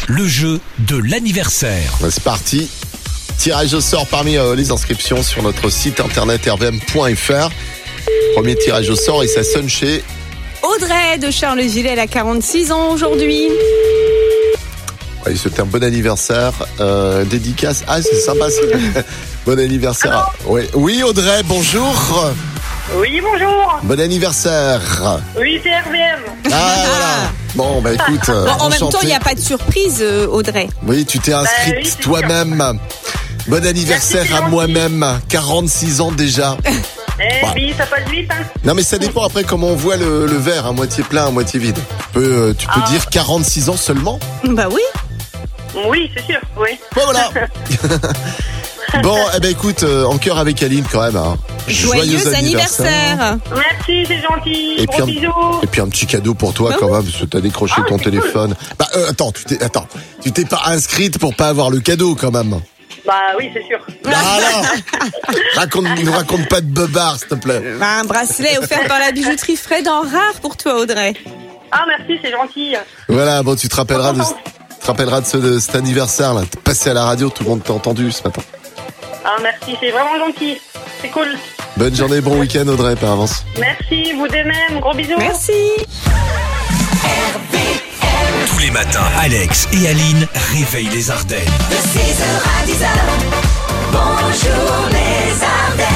le jeu de l'anniversaire. C'est parti. Tirage au sort parmi les inscriptions sur notre site internet rvm.fr. Premier tirage au sort et ça sonne chez Audrey de Charleville, elle a 46 ans aujourd'hui. Ouais, c'était un bon anniversaire. Dédicace. Ah, c'est sympa ça. Bon anniversaire. Oui, Audrey, bonjour. Oui, bonjour. Bon anniversaire. Oui, c'est RVM. Ah, voilà. Bon, bah écoute. En même temps, enchanté. il n'y a pas de surprise, Audrey. Oui, tu t'es inscrite oui, c'est toi-même. Bon anniversaire Merci, c'est à gentil. moi-même. 46 ans déjà. Oui, ça passe vite, hein. Non, mais ça dépend après comment on voit le verre, à moitié plein, à moitié vide. Tu peux dire 46 ans seulement. Bah oui. Oui, c'est sûr, oui. Bon, voilà. Bon, eh ben écoute, en cœur avec Aline quand même. Hein. Joyeux anniversaire. Merci, c'est gentil. Et Gros puis, bisous. Et puis un petit cadeau pour toi Bah quand même, parce que t'as décroché ton c'est téléphone. Bah attends, tu t'es pas inscrite pour pas avoir le cadeau quand même. Bah oui, c'est sûr. Nous raconte pas de bobard, s'il te plaît. Bah, un bracelet offert par la bijouterie Fred en rare pour toi, Audrey. Ah, merci, c'est gentil. Voilà, bon, tu te rappelleras de cet anniversaire là. T'es passé à la radio, tout le monde t'a entendu ce matin. Ah, merci, c'est vraiment gentil. C'est cool. Bonne journée, bon week-end Audrey, par avance. Merci, vous de même. Gros bisous. Merci. Tous les matins, Alex et Aline réveillent les Ardennes. De 6h à 10h, bonjour les Ardennes.